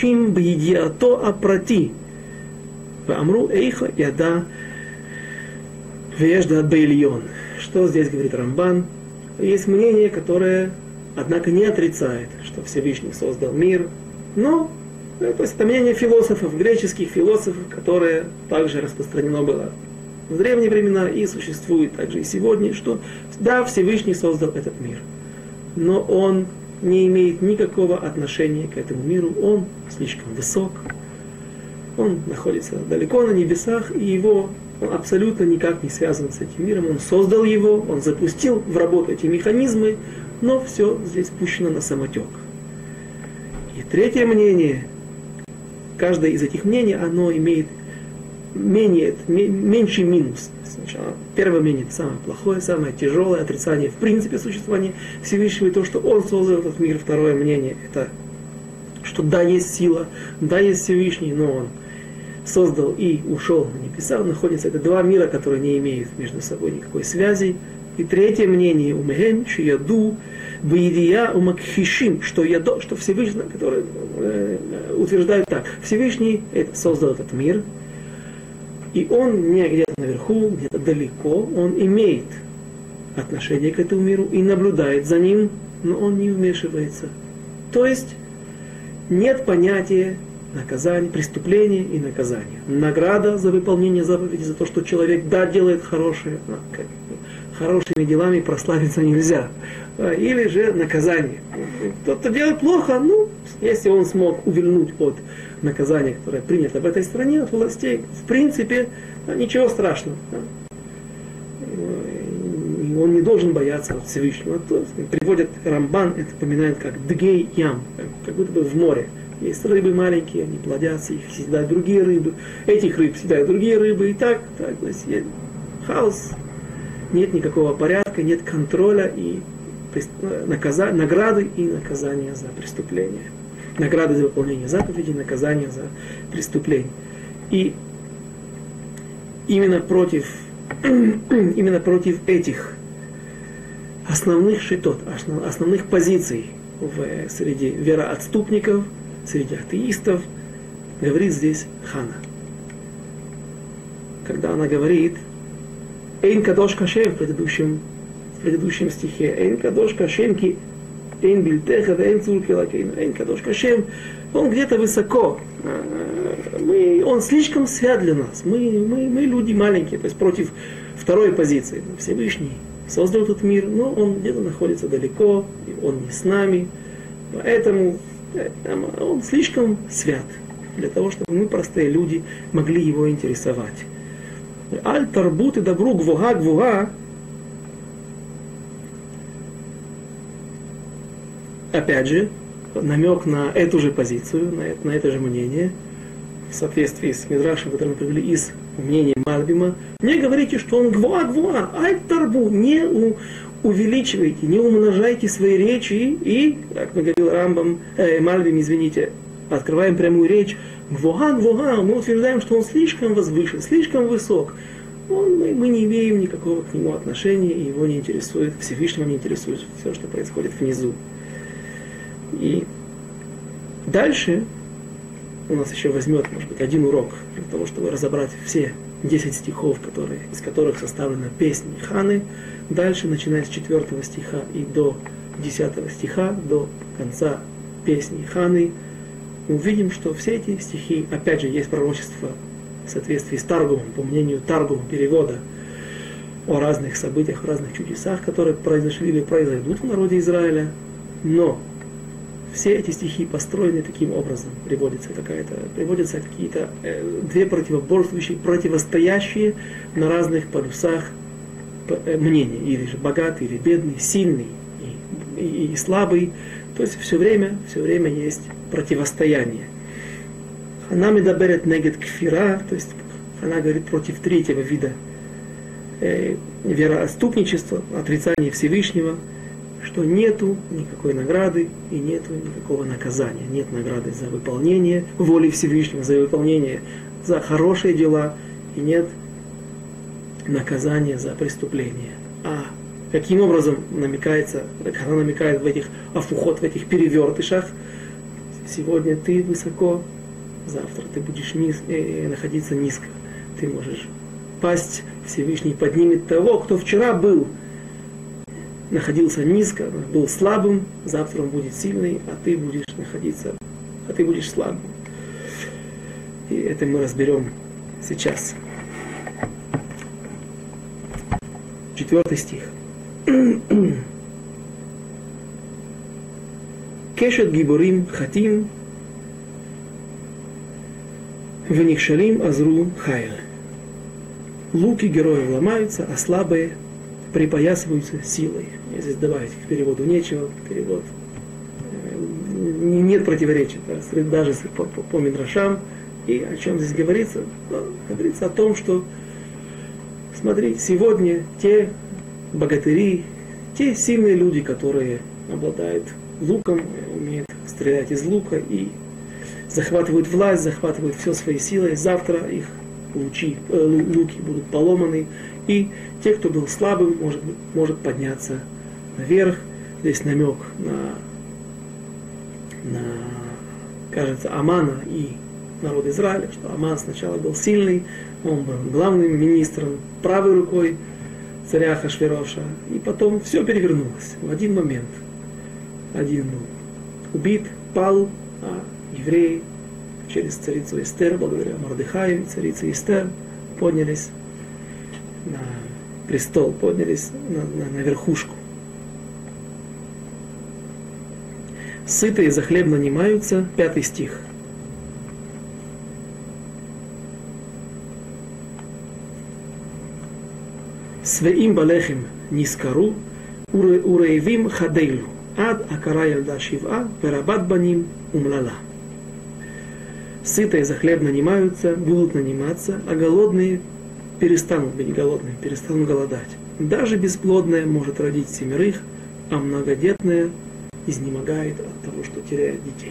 здесь говорит Рамбан? Есть мнение, которое, однако, не отрицает, что Всевышний создал мир, но то есть это мнение философов, греческих философов, которое также распространено было в древние времена и существует также и сегодня, что да, Всевышний создал этот мир, но он не имеет никакого отношения к этому миру, он слишком высок, он находится далеко на небесах, и он абсолютно никак не связан с этим миром, он создал его, он запустил в работу эти механизмы, но все здесь пущено на самотек. И третье мнение, каждое из этих мнений, оно имеет меньший минус. Сначала первое мнение — это самое плохое, самое тяжелое, отрицание в принципе существования Всевышнего, и то, что он создал этот мир. Второе мнение — это что да, есть сила, да, есть Всевышний, но он создал и ушел на небеса. Находятся это 2 мира, которые не имеют между собой никакой связи. И третье мнение — умехем, шияду, баидия, умакхишим, что Всевышний, который утверждает так: Всевышний создал этот мир, и он не где-то наверху, где-то далеко, он имеет отношение к этому миру и наблюдает за ним, но он не вмешивается. То есть нет понятия наказание, преступление и наказание. Награда за выполнение заповеди, за то, что человек, да, делает хорошее, хорошими делами прославиться нельзя. Или же наказание. Тот, кто делает плохо, если он смог увильнуть от наказания, которое принято в этой стране, от властей, в принципе, ничего страшного. И он не должен бояться от Всевышнего. Приводят Рамбан, это поминает как дгей ям, как будто бы в море. Есть рыбы маленькие, они плодятся, их съедают другие рыбы, этих рыб съедают другие рыбы, и так, то есть хаос, нет никакого порядка, нет контроля, и награды и наказания за преступление. Награды за выполнение заповедей, наказания за преступление. И именно против этих основных шитот, основных позиций среди вероотступников, среди атеистов, говорит здесь Хана. Когда она говорит «Эйн кадош кашем» в предыдущем стихе, «Эйн кадош кашем ки эйн бильтеха вэйн цурки лакейн», «Эйн кадош кашем», он где-то высоко, он слишком свят для нас, мы люди маленькие, то есть против второй позиции. Всевышний создал этот мир, но он где-то находится далеко, и он не с нами, поэтому он слишком свят для того, чтобы мы, простые люди, могли его интересовать. Аль тарбут и добру гвуга гвуга. Опять же, намек на эту же позицию, на это же мнение, в соответствии с Мидрашем, который мы привели из мнения Мальбима. Не говорите, что он гвуа, аль тарбу, не увеличивайте, не умножайте свои речи, и, как мы говорил Мальбим, извините, открываем прямую речь, гвуа, мы утверждаем, что он слишком возвышен, слишком высок. Мы не имеем никакого к нему отношения, и его не интересует, Всевышнего не интересует все, что происходит внизу. И дальше у нас еще возьмет, может быть, один урок для того, чтобы разобрать все 10 стихов, из которых составлена песня Ханы. Дальше, начиная с 4 стиха и до 10 стиха, до конца песни Ханы, мы увидим, что все эти стихи, опять же, есть пророчество в соответствии с Таргумом, по мнению Таргума, перевода, о разных событиях, о разных чудесах, которые произошли или произойдут в народе Израиля. Но все эти стихи построены таким образом. Приводятся какие-то две противоборствующие, противостоящие на разных полюсах мнения. Или же богатый, или бедный, сильный и слабый. То есть все время есть противостояние. Хана медаберет негет кфира, то есть она говорит против третьего вида вероотступничества, отрицания Всевышнего, что нету никакой награды и нету никакого наказания. Нет награды за выполнение воли Всевышнего, за выполнение, за хорошие дела, и нет наказания за преступление. А каким образом она намекает в этих афухот, в этих перевертышах? Сегодня ты высоко, завтра ты будешь находиться низко. Ты можешь пасть, Всевышний поднимет того, кто вчера находился низко, был слабым, завтра он будет сильный, а ты будешь слабым. И это мы разберем сейчас. 4 стих. Кешет гиборим хатим венихшалим азру хайл. Луки героев ломаются, а слабые припоясываются силой. Здесь добавить к переводу нечего. Перевод нет противоречия, даже по Мидрашам. И о чем здесь говорится? Говорится о том, что, смотри, сегодня те богатыри, те сильные люди, которые обладают луком, умеют стрелять из лука и захватывают власть, захватывают все своей силой, завтра их луки будут поломаны, и те, кто был слабым, может подняться наверх. Здесь намек на, кажется, Амана и народ Израиля, что Аман сначала был сильный, он был главным министром, правой рукой царя Ахашвероша, и потом все перевернулось в один момент. Один был убит, пал, а евреи через царицу Эстер, благодаря Мордехаю, царице Эстер, поднялись на престол, поднялись на верхушку. Сытые за хлеб нанимаются, 5 стих. Свеим балехим нискару, уреевим хадейлу, ад акара ялда шив'a, верабат баним умлала. Сытые за хлеб нанимаются, будут наниматься, а голодные перестанут быть голодными, перестанут голодать. Даже бесплодная может родить 7, а многодетная изнемогает от того, что теряет детей.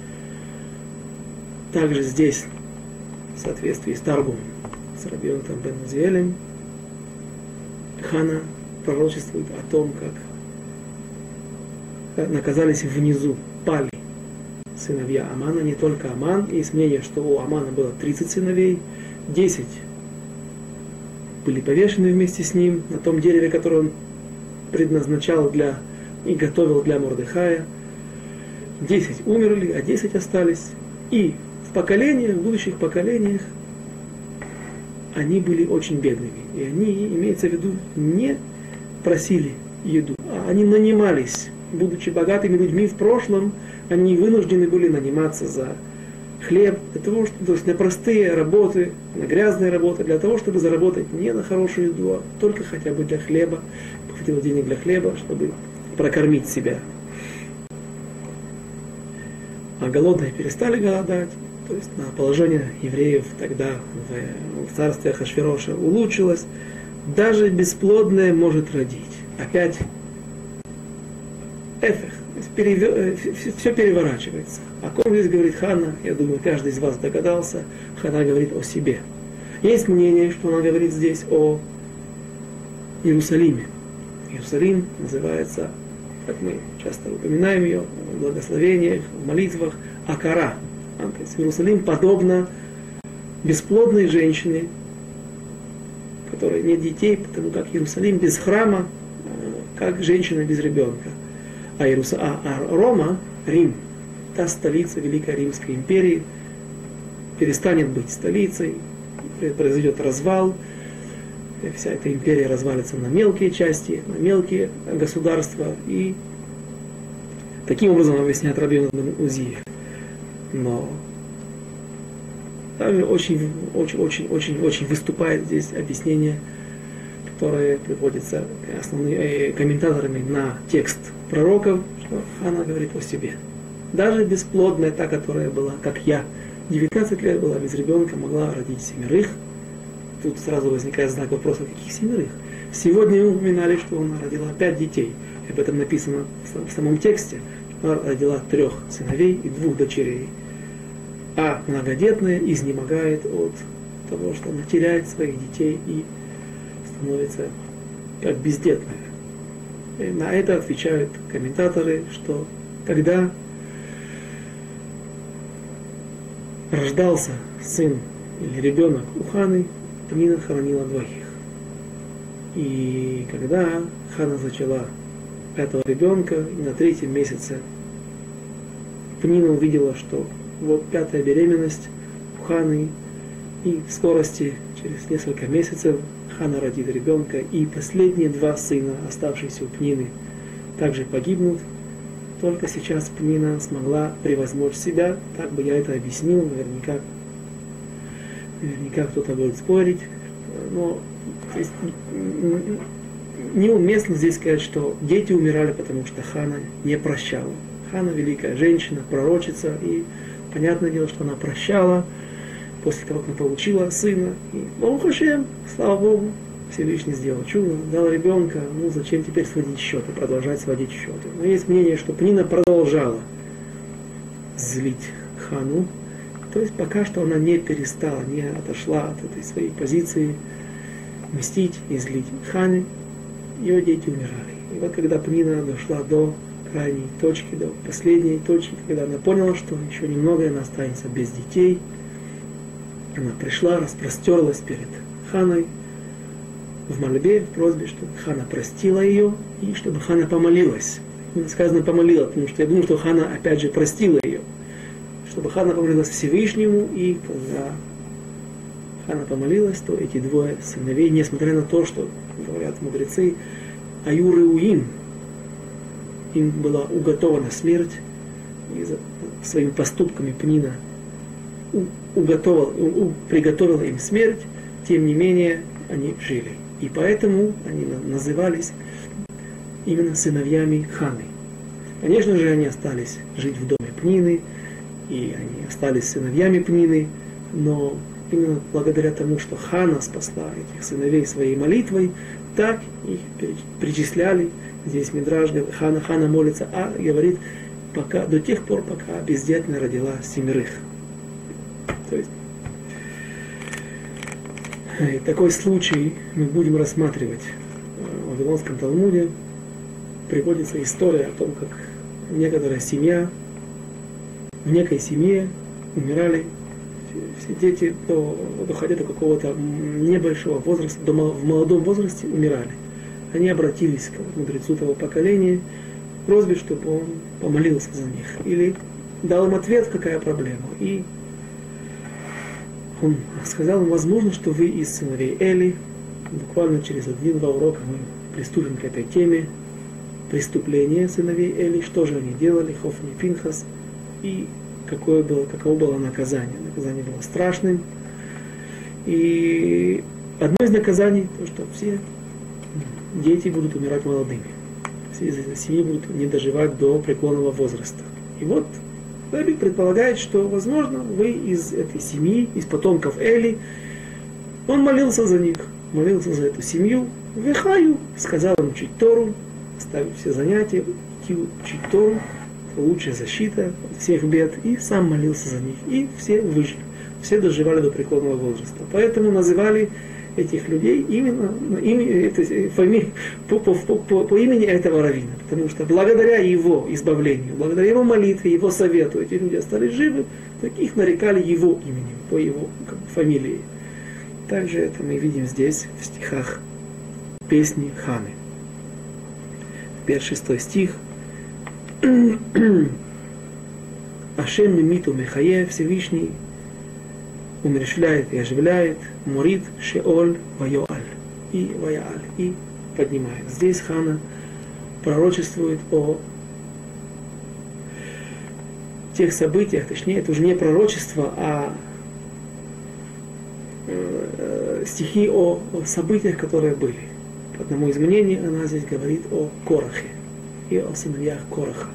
Также здесь, в соответствии с Таргумом, с Раби Йонатаном бен Узиэлем, Хана пророчествует о том, как наказались внизу, пали сыновья Амана, не только Аман. Есть мнение, что у Амана было 30 сыновей, 10 были повешены вместе с ним на том дереве, которое он предназначал и готовил для Мордехая. 10 умерли, а 10 остались. И в будущих поколениях, они были очень бедными. И они, имеется в виду, не просили еду, а они нанимались. Будучи богатыми людьми в прошлом, они вынуждены были наниматься за хлеб, для того, то есть на простые работы, на грязные работы, для того, чтобы заработать не на хорошую еду, а только хотя бы для хлеба. Хватило денег для хлеба, чтобы прокормить себя. А голодные перестали голодать, то есть положение евреев тогда в царстве Ахашвероша улучшилось. Даже бесплодное может родить. Опять эфех, все переворачивается. О ком здесь говорит Ханна, я думаю, каждый из вас догадался. Ханна говорит о себе. Есть мнение, что она говорит здесь о Иерусалиме. Иерусалим называется, как мы часто упоминаем ее в благословениях, в молитвах, Акара. То есть Иерусалим подобно бесплодной женщине, у которой нет детей, потому как Иерусалим без храма, как женщина без ребенка. А Рома, Рим, та столица Великой Римской империи, перестанет быть столицей, произойдет развал, вся эта империя развалится на мелкие части, на мелкие государства, и таким образом объясняет Раби бен Узи. Но также очень выступает здесь объяснение, которое приводится основными комментаторами на текст пророков, что Ханна говорит о себе. Даже бесплодная, та, которая была, как я, 19 лет была без ребенка, могла родить 7. Тут сразу возникает знак вопроса, каких 7? Сегодня мы упоминали, что она родила 5 детей. Об этом написано в самом тексте. Она родила 3 сыновей и 2 дочерей. А многодетная изнемогает от того, что она теряет своих детей и становится как бездетная. И на это отвечают комментаторы, что когда рождался сын или ребенок у Ханы, Пнина хоронила 2. И когда Хана зачала 5-го ребенка, и на 3-м месяце Пнина увидела, что вот 5-я беременность у Ханы, и в скорости, через несколько месяцев, Хана родит ребенка, и последние 2 сына, оставшиеся у Пнины, также погибнут. Только сейчас Пнина смогла превозмочь себя, так бы я это объяснил, наверняка кто-то будет спорить, но здесь неуместно здесь сказать, что дети умирали, потому что Хана не прощала. Хана великая женщина, пророчица, и понятное дело, что она прощала после того, как она получила сына. И Барух Ашем, слава Богу, Всевышний сделал чудо, дал ребенка, зачем теперь сводить счеты, продолжать сводить счеты. Но есть мнение, что Пнина продолжала злить Хану, то есть пока что она не перестала, не отошла от этой своей позиции мстить и злить Ханы, ее дети умирали. И вот когда Пнина дошла до крайней точки, до последней точки, когда она поняла, что еще немного она останется без детей, она пришла, распростерлась перед Ханой в мольбе, в просьбе, чтобы Хана простила ее и чтобы Хана помолилась. Именно сказано помолила, потому что я думаю, что Хана опять же простила ее. Чтобы Хана помолилась Всевышнему, и когда Хана помолилась, то эти 2 сыновей, несмотря на то, что, говорят мудрецы, Аюр и Уим, им была уготована смерть, и своими поступками Пнина приготовила им смерть, тем не менее они жили. И поэтому они назывались именно сыновьями Ханы. Конечно же, они остались жить в доме Пнины, и они остались сыновьями Пнины, но именно благодаря тому, что Хана спасла этих сыновей своей молитвой, так их причисляли. Здесь Мидраш, Хана молится, говорит, до тех пор, пока бездетная родила 7. То есть, такой случай мы будем рассматривать в Вавилонском Талмуде. Приводится история о том, как некоторая семья, в некой семье умирали все дети, доходя до какого-то небольшого возраста, в молодом возрасте умирали. Они обратились к мудрецу того поколения в просьбе, чтобы он помолился за них. Или дал им ответ, какая проблема. И он сказал им, возможно, что вы из сыновей Эли. Буквально через 1-2 урока мы приступим к этой теме. Преступления сыновей Эли, что же они делали, Хофни и Пинхас, и каково было наказание. Наказание было страшным. И одно из наказаний, то, что все дети будут умирать молодыми. Все из этой семьи будут не доживать до преклонного возраста. И вот Раби предполагает, что, возможно, вы из этой семьи, из потомков Эли, он молился за них, молился за эту семью, Вехаю, сказал им учить Тору, оставить все занятия, идти учить Тору, лучшая защита от всех бед, и сам молился за них. И все выжили, все доживали до преклонного возраста. Поэтому называли этих людей именно по имени этого раввина. Потому что благодаря его избавлению, благодаря его молитве, его совету, эти люди остались живы, так их нарекали его именем, по его фамилии. Также это мы видим здесь, в стихах песни Ханы. 5-6 стих. Ашем мимиту мехае, Всевышний умерщвляет и оживляет, мурит шеоль ваyoаль, и ваяаль, и поднимает. Здесь Хана пророчествует о тех событиях, точнее, это уже не пророчество, а стихи о событиях, которые были. По одному из мнений она здесь говорит о Корахе и о сыновьях Кораха.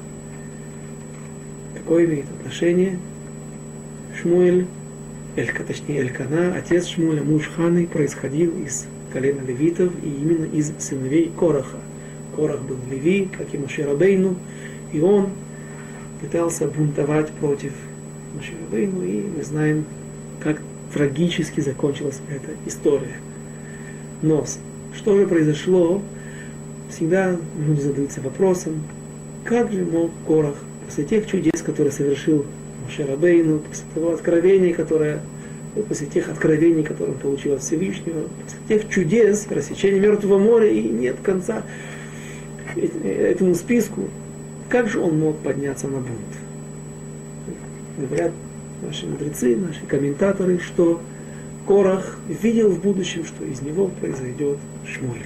Какое имеет отношение Шмуэль, точнее Элькана, отец Шмуэля, муж Ханы, происходил из колена левитов и именно из сыновей Кораха. Корах был леви, как и Моше Рабейну, и он пытался бунтовать против Моше Рабейну, и мы знаем, как трагически закончилась эта история. Но что же произошло? Всегда люди задаются вопросом, как же мог Корах после тех чудес, которые совершил Моше Рабейну, после того откровения, после тех откровений, которые он получил от Всевышнего, после тех чудес, рассечения Мертвого моря, и нет конца этому списку, как же он мог подняться на бунт? Говорят наши мудрецы, наши комментаторы, что Корах видел в будущем, что из него произойдет Шмуэль.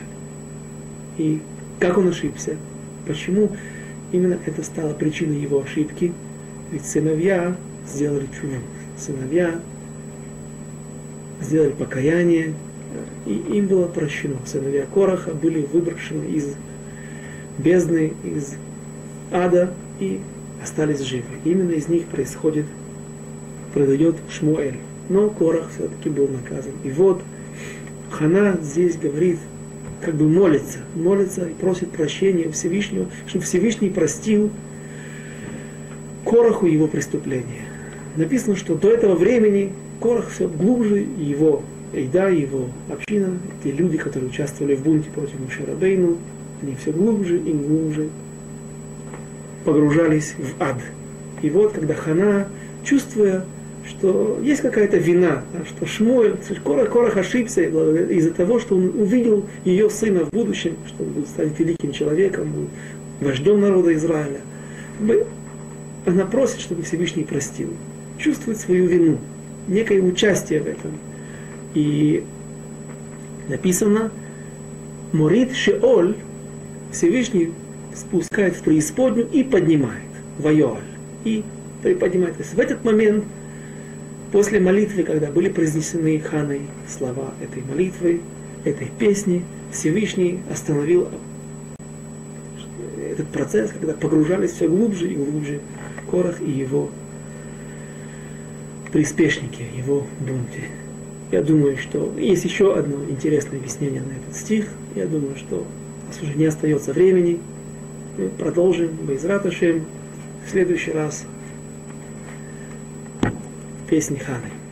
И как он ошибся? Почему именно это стало причиной его ошибки? Ведь сыновья сделали чудо. Сыновья сделали покаяние, и им было прощено. Сыновья Кораха были выброшены из бездны, из ада, и остались живы. Именно из них произойдет Шмуэль. Но Корах все-таки был наказан. И вот Хана здесь говорит, как бы молится и просит прощения у Всевышнего, чтобы Всевышний простил Кораху его преступления. Написано, что до этого времени Корах все глубже, его Эйда, его община, те люди, которые участвовали в бунте против Моше Рабейну, они все глубже и глубже погружались в ад. И вот, когда Хана, чувствуя, что есть какая-то вина, что Шмуэль, Корах ошибся из-за того, что он увидел ее сына в будущем, что он будет стать великим человеком, будет вождем народа Израиля. Она просит, чтобы Всевышний простил. Чувствует свою вину, некое участие в этом. И написано, Морит Шеоль, Всевышний спускает в преисподнюю и поднимает, Ваyoаль, и приподнимает. То есть в этот момент, после молитвы, когда были произнесены Ханой слова этой молитвы, этой песни, Всевышний остановил этот процесс, когда погружались все глубже и глубже Корах и его приспешники, его бунте. Я думаю, что есть еще одно интересное объяснение на этот стих. Я думаю, что у нас уже не остается времени. Мы продолжим Бе'эзрат Ашем в следующий раз песни Ханы.